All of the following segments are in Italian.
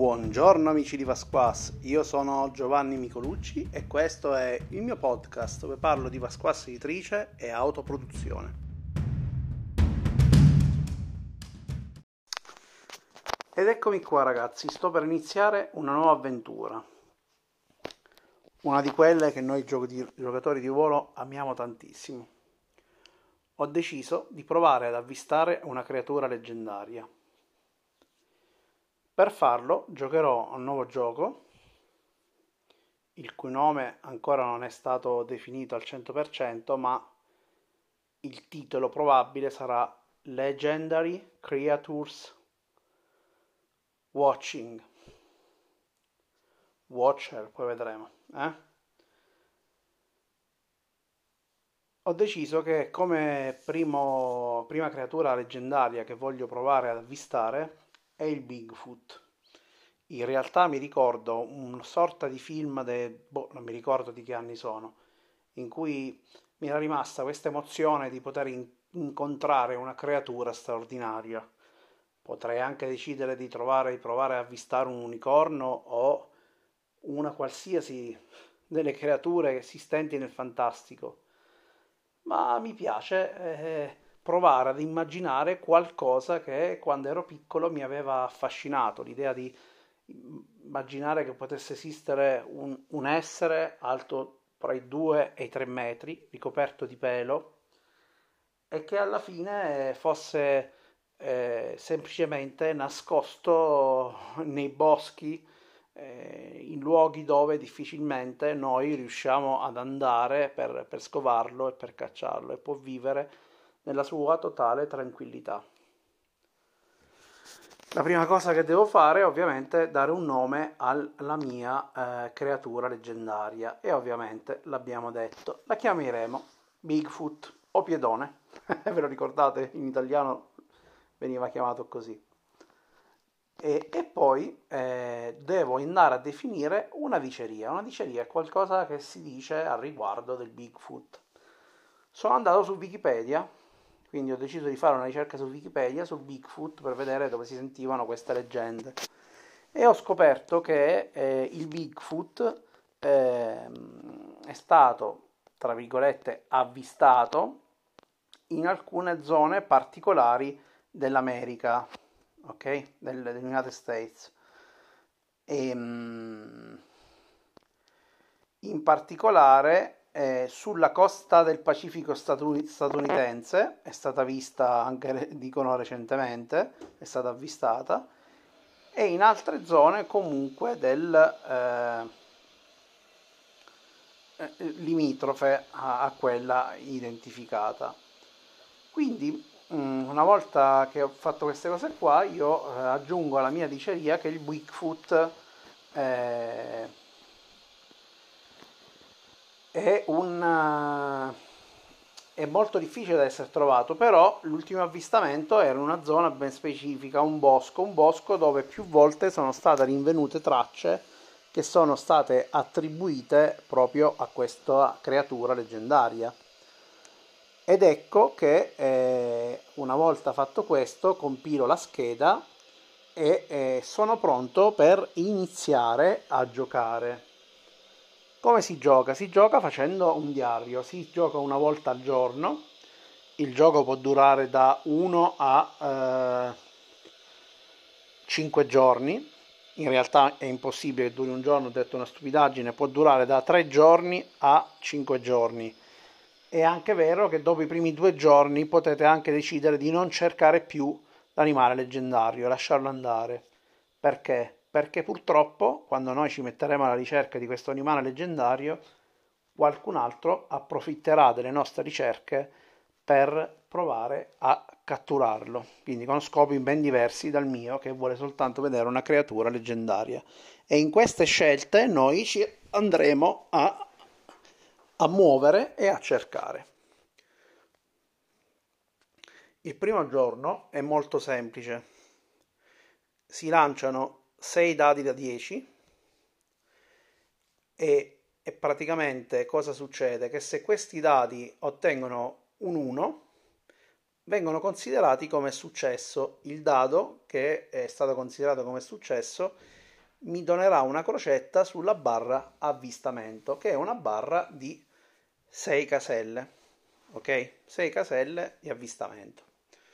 Buongiorno amici di Vasquas, io sono Giovanni Micolucci e questo è il mio podcast dove parlo di Vasquas editrice e autoproduzione. Ed eccomi qua ragazzi, sto per iniziare una nuova avventura, una di quelle che noi giocatori di ruolo amiamo tantissimo. Ho deciso di provare ad avvistare una creatura leggendaria. Per farlo giocherò a un nuovo gioco, il cui nome ancora non è stato definito al 100%, ma il titolo probabile sarà Legendary Creatures Watching. Watcher, poi vedremo. Ho deciso che come prima creatura leggendaria che voglio provare ad avvistare è il Bigfoot. In realtà mi ricordo una sorta di film, non mi ricordo di che anni sono, in cui mi era rimasta questa emozione di poter incontrare una creatura straordinaria. Potrei anche decidere di provare a avvistare un unicorno o una qualsiasi delle creature esistenti nel fantastico, ma mi piace provare ad immaginare qualcosa che quando ero piccolo mi aveva affascinato, l'idea di immaginare che potesse esistere un essere alto tra i 2 e i 3 metri, ricoperto di pelo, e che alla fine fosse semplicemente nascosto nei boschi, in luoghi dove difficilmente noi riusciamo ad andare per scovarlo e per cacciarlo, e può vivere nella sua totale tranquillità. La prima cosa che devo fare è ovviamente dare un nome alla mia creatura leggendaria, e ovviamente l'abbiamo detto, la chiameremo Bigfoot o Piedone. Ve lo ricordate? In italiano veniva chiamato così. E poi devo andare a definire una diceria. Una diceria è qualcosa che si dice al riguardo del Bigfoot. Sono andato su Wikipedia, quindi ho deciso di fare una ricerca su Wikipedia sul Bigfoot per vedere dove si sentivano queste leggende, e ho scoperto che il Bigfoot è stato, tra virgolette, avvistato in alcune zone particolari dell'America, ok? Degli United States. In particolare sulla costa del Pacifico statunitense è stata vista, anche dicono recentemente, è stata avvistata, e in altre zone comunque limitrofe a quella identificata. Quindi una volta che ho fatto queste cose qua, io aggiungo alla mia diceria che il Bigfoot è molto difficile da essere trovato, però l'ultimo avvistamento era in una zona ben specifica, un bosco dove più volte sono state rinvenute tracce che sono state attribuite proprio a questa creatura leggendaria. Ed ecco che una volta fatto questo compilo la scheda e sono pronto per iniziare a giocare. Come si gioca? Si gioca facendo un diario, si gioca una volta al giorno, il gioco può durare da 1 a 5 giorni, in realtà è impossibile che duri un giorno, ho detto una stupidaggine, può durare da 3 giorni a 5 giorni. È anche vero che dopo i primi 2 giorni potete anche decidere di non cercare più l'animale leggendario e lasciarlo andare. Perché? Perché purtroppo quando noi ci metteremo alla ricerca di questo animale leggendario, qualcun altro approfitterà delle nostre ricerche per provare a catturarlo, quindi con scopi ben diversi dal mio, che vuole soltanto vedere una creatura leggendaria. E in queste scelte noi ci andremo a muovere e a cercare. Il primo giorno è molto semplice. Si lanciano 6 dadi da 10 e praticamente cosa succede? Che se questi dadi ottengono un 1 vengono considerati come successo. Il dado che è stato considerato come successo mi donerà una crocetta sulla barra avvistamento, che è una barra di 6 caselle, ok? 6 caselle di avvistamento.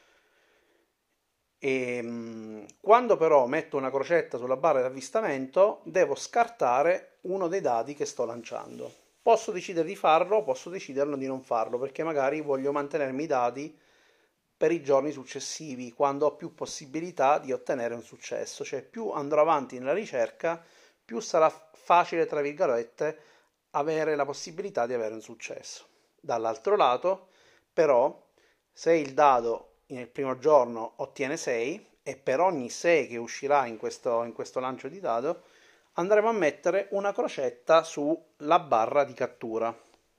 Quando però metto una crocetta sulla barra di avvistamento, devo scartare uno dei dadi che sto lanciando. Posso decidere di farlo, posso decidere di non farlo, perché magari voglio mantenermi i dadi per i giorni successivi, quando ho più possibilità di ottenere un successo. Cioè, più andrò avanti nella ricerca, più sarà facile, tra virgolette, avere la possibilità di avere un successo. Dall'altro lato, però, se il dado nel primo giorno ottiene 6 e per ogni 6 che uscirà in questo lancio di dado andremo a mettere una crocetta sulla barra di cattura.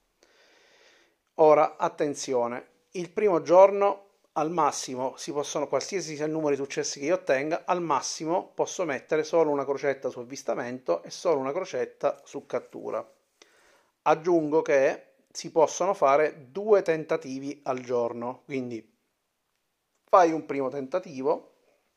Ora, attenzione, il primo giorno al massimo si possono, qualsiasi sia il numero di successi che io ottenga, al massimo posso mettere solo una crocetta su avvistamento e solo una crocetta su cattura. Aggiungo che si possono fare 2 tentativi al giorno, quindi fai un primo tentativo,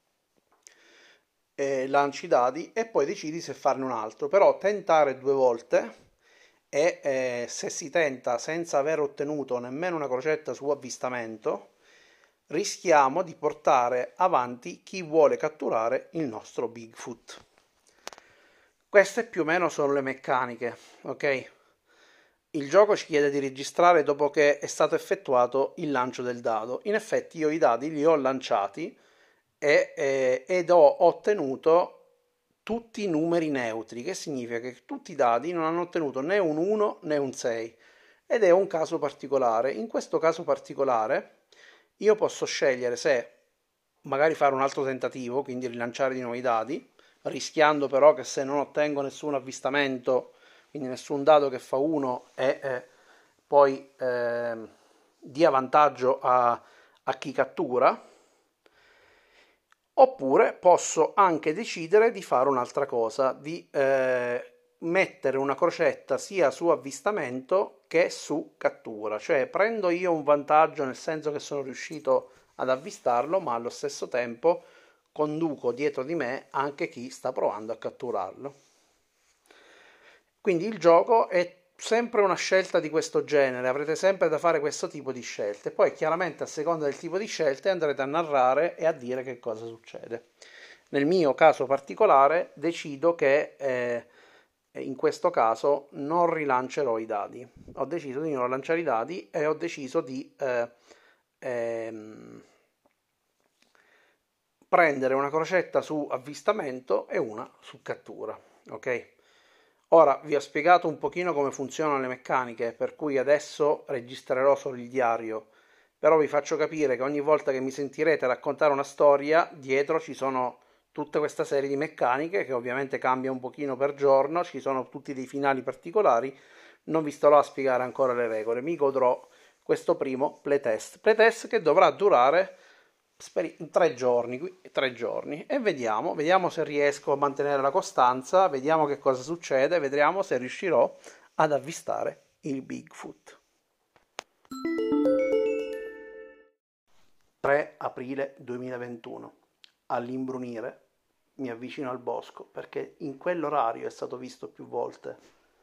lanci i dadi e poi decidi se farne un altro. Però tentare 2 volte e se si tenta senza aver ottenuto nemmeno una crocetta su avvistamento, rischiamo di portare avanti chi vuole catturare il nostro Bigfoot. Queste più o meno sono le meccaniche, ok? Il gioco ci chiede di registrare dopo che è stato effettuato il lancio del dado. In effetti io i dadi li ho lanciati ed ho ottenuto tutti i numeri neutri, che significa che tutti i dadi non hanno ottenuto né un 1 né un 6. Ed è un caso particolare. In questo caso particolare io posso scegliere se magari fare un altro tentativo, quindi rilanciare di nuovo i dadi, rischiando però che se non ottengo nessun avvistamento, quindi nessun dado che fa 1 e poi dia vantaggio a chi cattura, oppure posso anche decidere di fare un'altra cosa, di mettere una crocetta sia su avvistamento che su cattura, cioè prendo io un vantaggio nel senso che sono riuscito ad avvistarlo, ma allo stesso tempo conduco dietro di me anche chi sta provando a catturarlo. Quindi il gioco è sempre una scelta di questo genere, avrete sempre da fare questo tipo di scelte. Poi chiaramente a seconda del tipo di scelte andrete a narrare e a dire che cosa succede. Nel mio caso particolare decido che in questo caso non rilancerò i dadi. Ho deciso di non lanciare i dadi e ho deciso di prendere una crocetta su avvistamento e una su cattura, ok? Ora vi ho spiegato un pochino come funzionano le meccaniche, per cui adesso registrerò solo il diario, però vi faccio capire che ogni volta che mi sentirete raccontare una storia, dietro ci sono tutta questa serie di meccaniche che ovviamente cambia un pochino per giorno, ci sono tutti dei finali particolari, non vi starò a spiegare ancora le regole, mi godrò questo primo playtest che dovrà durare 3 giorni e vediamo se riesco a mantenere la costanza, vediamo che cosa succede, vedremo se riuscirò ad avvistare il Bigfoot. 3 aprile 2021. All'imbrunire mi avvicino al bosco perché in quell'orario è stato visto più volte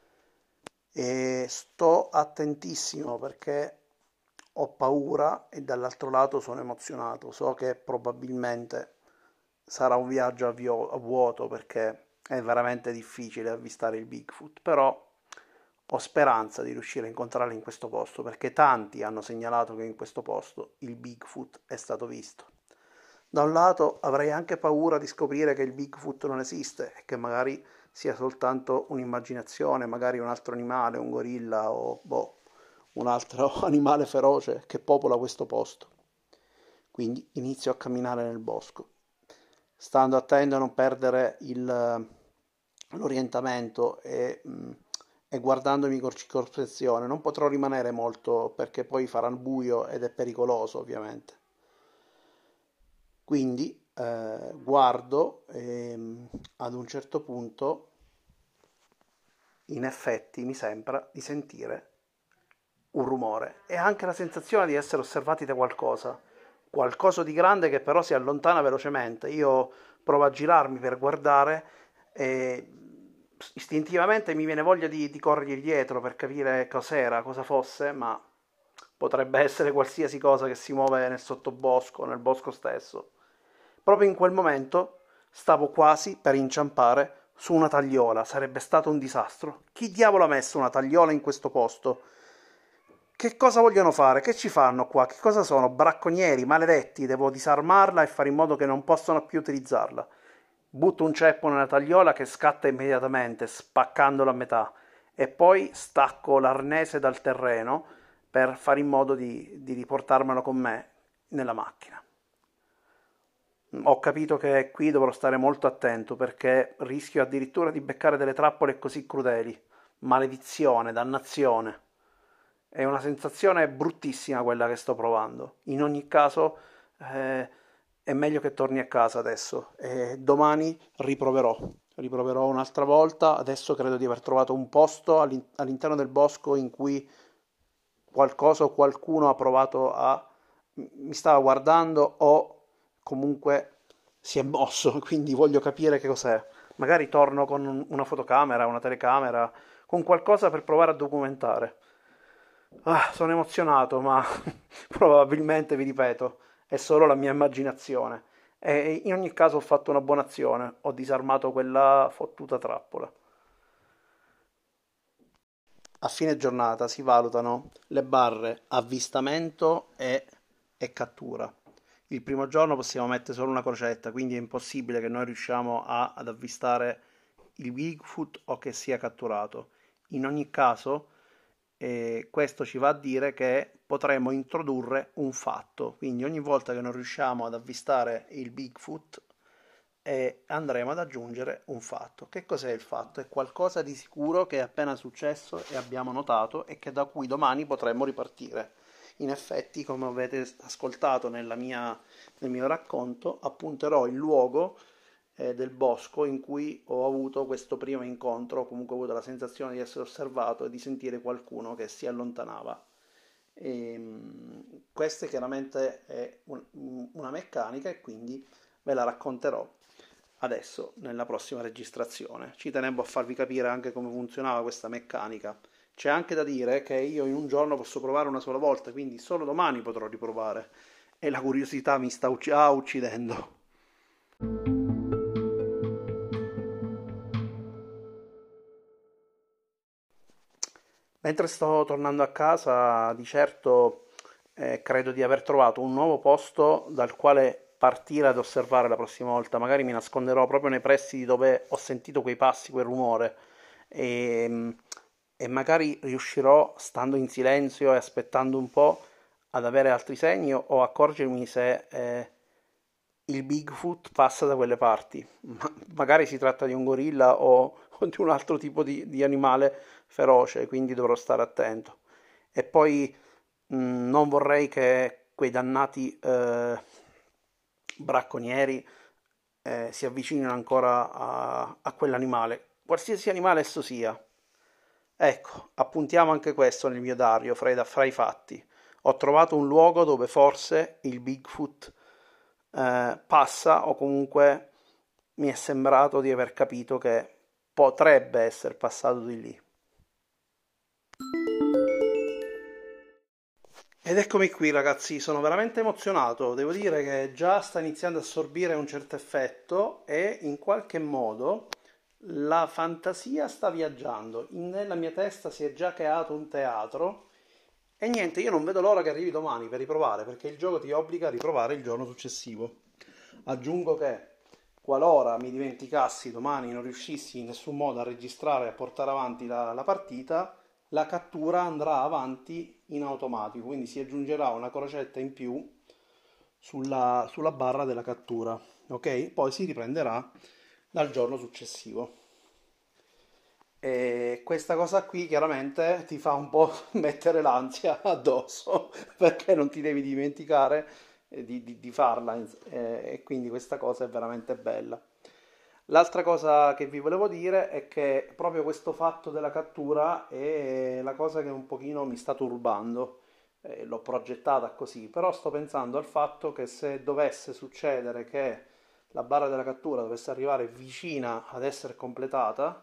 e sto attentissimo perché ho paura e dall'altro lato sono emozionato. So che probabilmente sarà un viaggio a vuoto perché è veramente difficile avvistare il Bigfoot, però ho speranza di riuscire a incontrarlo in questo posto perché tanti hanno segnalato che in questo posto il Bigfoot è stato visto. Da un lato avrei anche paura di scoprire che il Bigfoot non esiste e che magari sia soltanto un'immaginazione, magari un altro animale, un gorilla o un altro animale feroce che popola questo posto. Quindi inizio a camminare nel bosco, stando attento a non perdere l'orientamento e guardandomi con circospezione. Non potrò rimanere molto perché poi farà buio ed è pericoloso ovviamente. Quindi guardo e ad un certo punto in effetti mi sembra di sentire un rumore e anche la sensazione di essere osservati da qualcosa di grande che però si allontana velocemente. Io provo a girarmi per guardare e istintivamente mi viene voglia di corrergli dietro per capire cos'era, cosa fosse, ma potrebbe essere qualsiasi cosa che si muove nel sottobosco, nel bosco stesso. Proprio in quel momento stavo quasi per inciampare su una tagliola, sarebbe stato un disastro. Chi diavolo ha messo una tagliola in questo posto? Che cosa vogliono fare? Che ci fanno qua? Che cosa sono? Bracconieri, maledetti, devo disarmarla e fare in modo che non possano più utilizzarla. Butto un ceppo nella tagliola che scatta immediatamente, spaccandolo a metà, e poi stacco l'arnese dal terreno per fare in modo di riportarmelo con me nella macchina. Ho capito che qui dovrò stare molto attento perché rischio addirittura di beccare delle trappole così crudeli. Maledizione, dannazione. È una sensazione bruttissima quella che sto provando. In ogni caso, è meglio che torni a casa adesso e domani riproverò. Riproverò un'altra volta. Adesso credo di aver trovato un posto all'interno del bosco in cui qualcosa o qualcuno ha provato a... mi stava guardando o comunque si è mosso, quindi voglio capire che cos'è. Magari torno con una fotocamera, una telecamera, con qualcosa per provare a documentare. Ah, sono emozionato, ma probabilmente, vi ripeto, è solo la mia immaginazione. E in ogni caso ho fatto una buona azione, ho disarmato quella fottuta trappola. A fine giornata si valutano le barre avvistamento e cattura. Il primo giorno possiamo mettere solo una crocetta, quindi è impossibile che noi riusciamo ad avvistare il Bigfoot o che sia catturato. In ogni caso, questo ci va a dire che potremo introdurre un fatto, quindi ogni volta che non riusciamo ad avvistare il Bigfoot andremo ad aggiungere un fatto. Che cos'è il fatto? È qualcosa di sicuro che è appena successo e abbiamo notato e che da cui domani potremmo ripartire. In effetti, come avete ascoltato nel mio racconto, appunterò il luogo del bosco in cui ho avuto questo primo incontro, o comunque ho avuto la sensazione di essere osservato e di sentire qualcuno che si allontanava. Questa chiaramente è una meccanica e quindi ve la racconterò adesso nella prossima registrazione. Ci tenevo a farvi capire anche come funzionava questa meccanica. C'è anche da dire che io in un giorno posso provare una sola volta, quindi solo domani potrò riprovare e la curiosità mi sta uccidendo. Mentre sto tornando a casa, di certo credo di aver trovato un nuovo posto dal quale partire ad osservare la prossima volta. Magari mi nasconderò proprio nei pressi di dove ho sentito quei passi, quel rumore e, e magari riuscirò, stando in silenzio e aspettando un po', ad avere altri segni o accorgermi se il Bigfoot passa da quelle parti. Magari si tratta di un gorilla o di un altro tipo di animale feroce, quindi dovrò stare attento. E poi non vorrei che quei dannati bracconieri si avvicinino ancora a quell'animale, qualsiasi animale esso sia. Ecco, appuntiamo anche questo nel mio diario, fra i fatti. Ho trovato un luogo dove forse il Bigfoot passa o comunque mi è sembrato di aver capito che potrebbe essere passato di lì. Ed eccomi qui ragazzi, sono veramente emozionato, devo dire che già sta iniziando a assorbire un certo effetto e in qualche modo la fantasia sta viaggiando, nella mia testa si è già creato un teatro e niente, io non vedo l'ora che arrivi domani per riprovare, perché il gioco ti obbliga a riprovare il giorno successivo. Aggiungo che qualora mi dimenticassi domani, non riuscissi in nessun modo a registrare e a portare avanti la partita, la cattura andrà avanti in automatico, quindi si aggiungerà una crocetta in più sulla barra della cattura, ok? Poi si riprenderà dal giorno successivo. E questa cosa qui chiaramente ti fa un po' mettere l'ansia addosso perché non ti devi dimenticare di farla e quindi questa cosa è veramente bella. L'altra cosa che vi volevo dire è che proprio questo fatto della cattura è la cosa che un pochino mi sta turbando. L'ho progettata così, però sto pensando al fatto che se dovesse succedere che la barra della cattura dovesse arrivare vicina ad essere completata,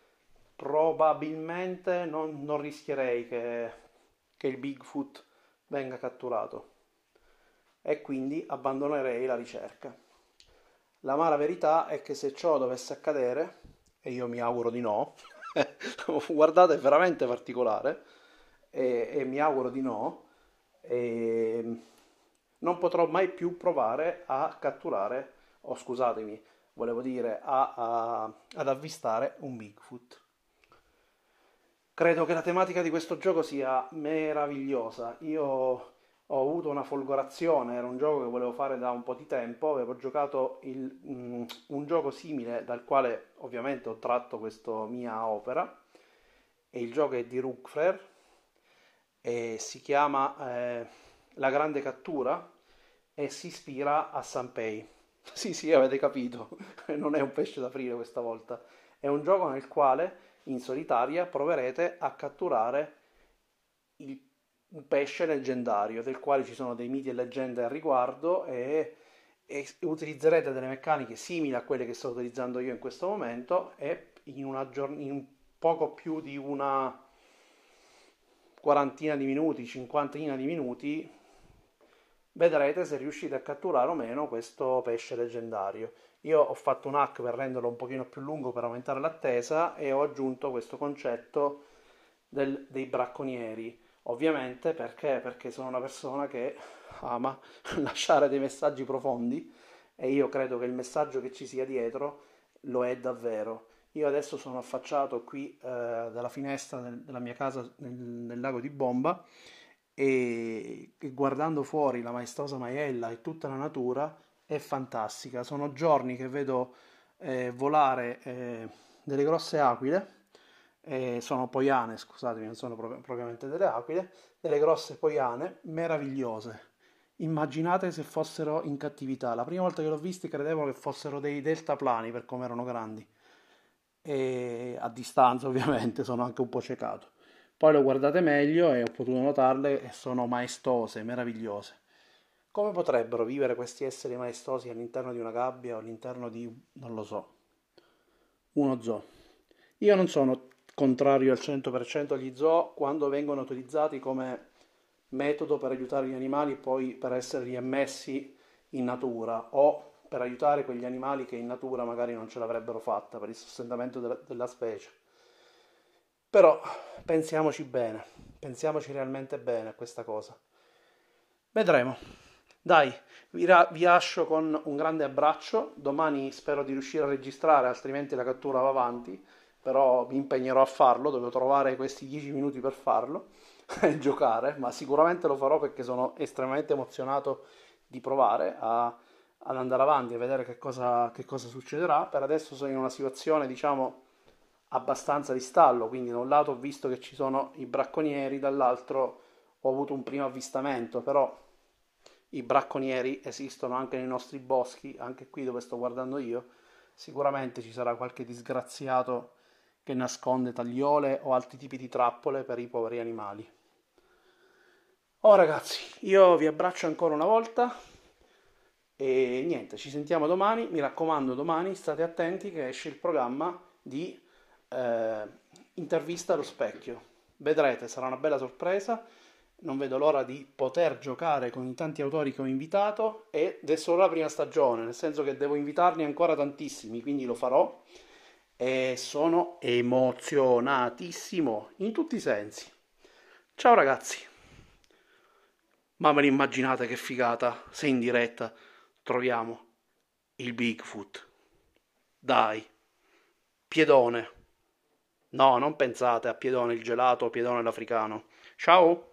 probabilmente non rischierei che il Bigfoot venga catturato e quindi abbandonerei la ricerca. L'amara verità è che se ciò dovesse accadere, e io mi auguro di no, guardate, è veramente particolare, e mi auguro di no, e non potrò mai più provare a catturare, o scusatemi, volevo dire ad avvistare un Bigfoot. Credo che la tematica di questo gioco sia meravigliosa. Io ho avuto una folgorazione, era un gioco che volevo fare da un po' di tempo, avevo giocato un gioco simile dal quale ovviamente ho tratto questa mia opera, e il gioco è di Rookfrer e si chiama La Grande Cattura e si ispira a Sanpei. Sì, sì, avete capito, non è un pesce da aprire questa volta. È un gioco nel quale in solitaria proverete a catturare il- un pesce leggendario, del quale ci sono dei miti e leggende al riguardo, e utilizzerete delle meccaniche simili a quelle che sto utilizzando io in questo momento, e in poco più di una quarantina di minuti, cinquantina di minuti, vedrete se riuscite a catturare o meno questo pesce leggendario. Io ho fatto un hack per renderlo un pochino più lungo per aumentare l'attesa e ho aggiunto questo concetto dei bracconieri. Ovviamente perché sono una persona che ama lasciare dei messaggi profondi, e io credo che il messaggio che ci sia dietro lo è davvero. Io adesso sono affacciato qui dalla finestra della mia casa nel lago di Bomba, e guardando fuori la maestosa Maiella e tutta la natura è fantastica. Sono giorni che vedo volare delle grosse aquile, sono poiane, scusatemi, non sono propriamente delle aquile, delle grosse poiane meravigliose. Immaginate se fossero in cattività. La prima volta che l'ho visti credevo che fossero dei deltaplani per come erano grandi, e a distanza ovviamente sono anche un po' ciecato. Poi lo guardate meglio e ho potuto notarle e sono maestose, meravigliose. Come potrebbero vivere questi esseri maestosi all'interno di una gabbia o all'interno di, non lo so, uno zoo? Io non sono contrario al 100% agli zoo quando vengono utilizzati come metodo per aiutare gli animali e poi per essere riammessi in natura, o per aiutare quegli animali che in natura magari non ce l'avrebbero fatta per il sostentamento della specie. Però pensiamoci bene, pensiamoci realmente bene a questa cosa. Vedremo. Dai, vi lascio con un grande abbraccio. Domani spero di riuscire a registrare, altrimenti la cattura va avanti. Però mi impegnerò a farlo, devo trovare questi 10 minuti per farlo e giocare, ma sicuramente lo farò perché sono estremamente emozionato di provare ad andare avanti e vedere che cosa succederà. Per adesso sono in una situazione, diciamo, abbastanza di stallo, quindi da un lato ho visto che ci sono i bracconieri, dall'altro ho avuto un primo avvistamento, però i bracconieri esistono anche nei nostri boschi, anche qui dove sto guardando io. Sicuramente ci sarà qualche disgraziato che nasconde tagliole o altri tipi di trappole per i poveri animali. Oh ragazzi, io vi abbraccio ancora una volta e niente, ci sentiamo domani. Mi raccomando, domani state attenti che esce il programma di eh, intervista allo specchio. Vedrete, sarà una bella sorpresa. Non vedo l'ora di poter giocare con i tanti autori che ho invitato, ed è solo la prima stagione, nel senso che devo invitarne ancora tantissimi, quindi lo farò e sono emozionatissimo in tutti i sensi. Ciao ragazzi, ma ve ne immaginate che figata se in diretta troviamo il Bigfoot? Dai, Piedone. No, non pensate a Piedone il gelato o Piedone l'africano. Ciao!